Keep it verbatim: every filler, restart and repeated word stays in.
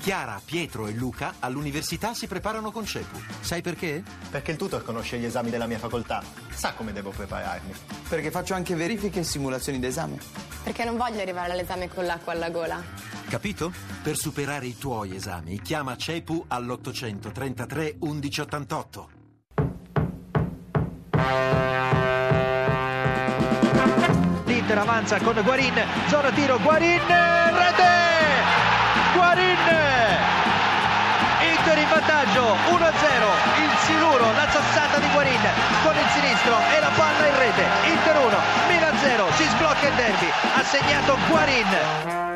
Chiara, Pietro e Luca all'università si preparano con CEPU. Sai perché? Perché il tutor conosce gli esami della mia facoltà. Sa come devo prepararmi. Perché faccio anche verifiche e simulazioni d'esame. Perché non voglio arrivare all'esame con l'acqua alla gola. Capito? Per superare i tuoi esami, chiama CEPU all'ottocentotrentatré undici ottantotto. L'Inter avanza con Guarin, zona tiro, Guarin, rete! Guarin! Inter in vantaggio, uno a zero, il siluro, la sassata di Guarin con il sinistro e la palla in rete. Inter uno, Milan zero, si sblocca il derby, ha segnato Guarin.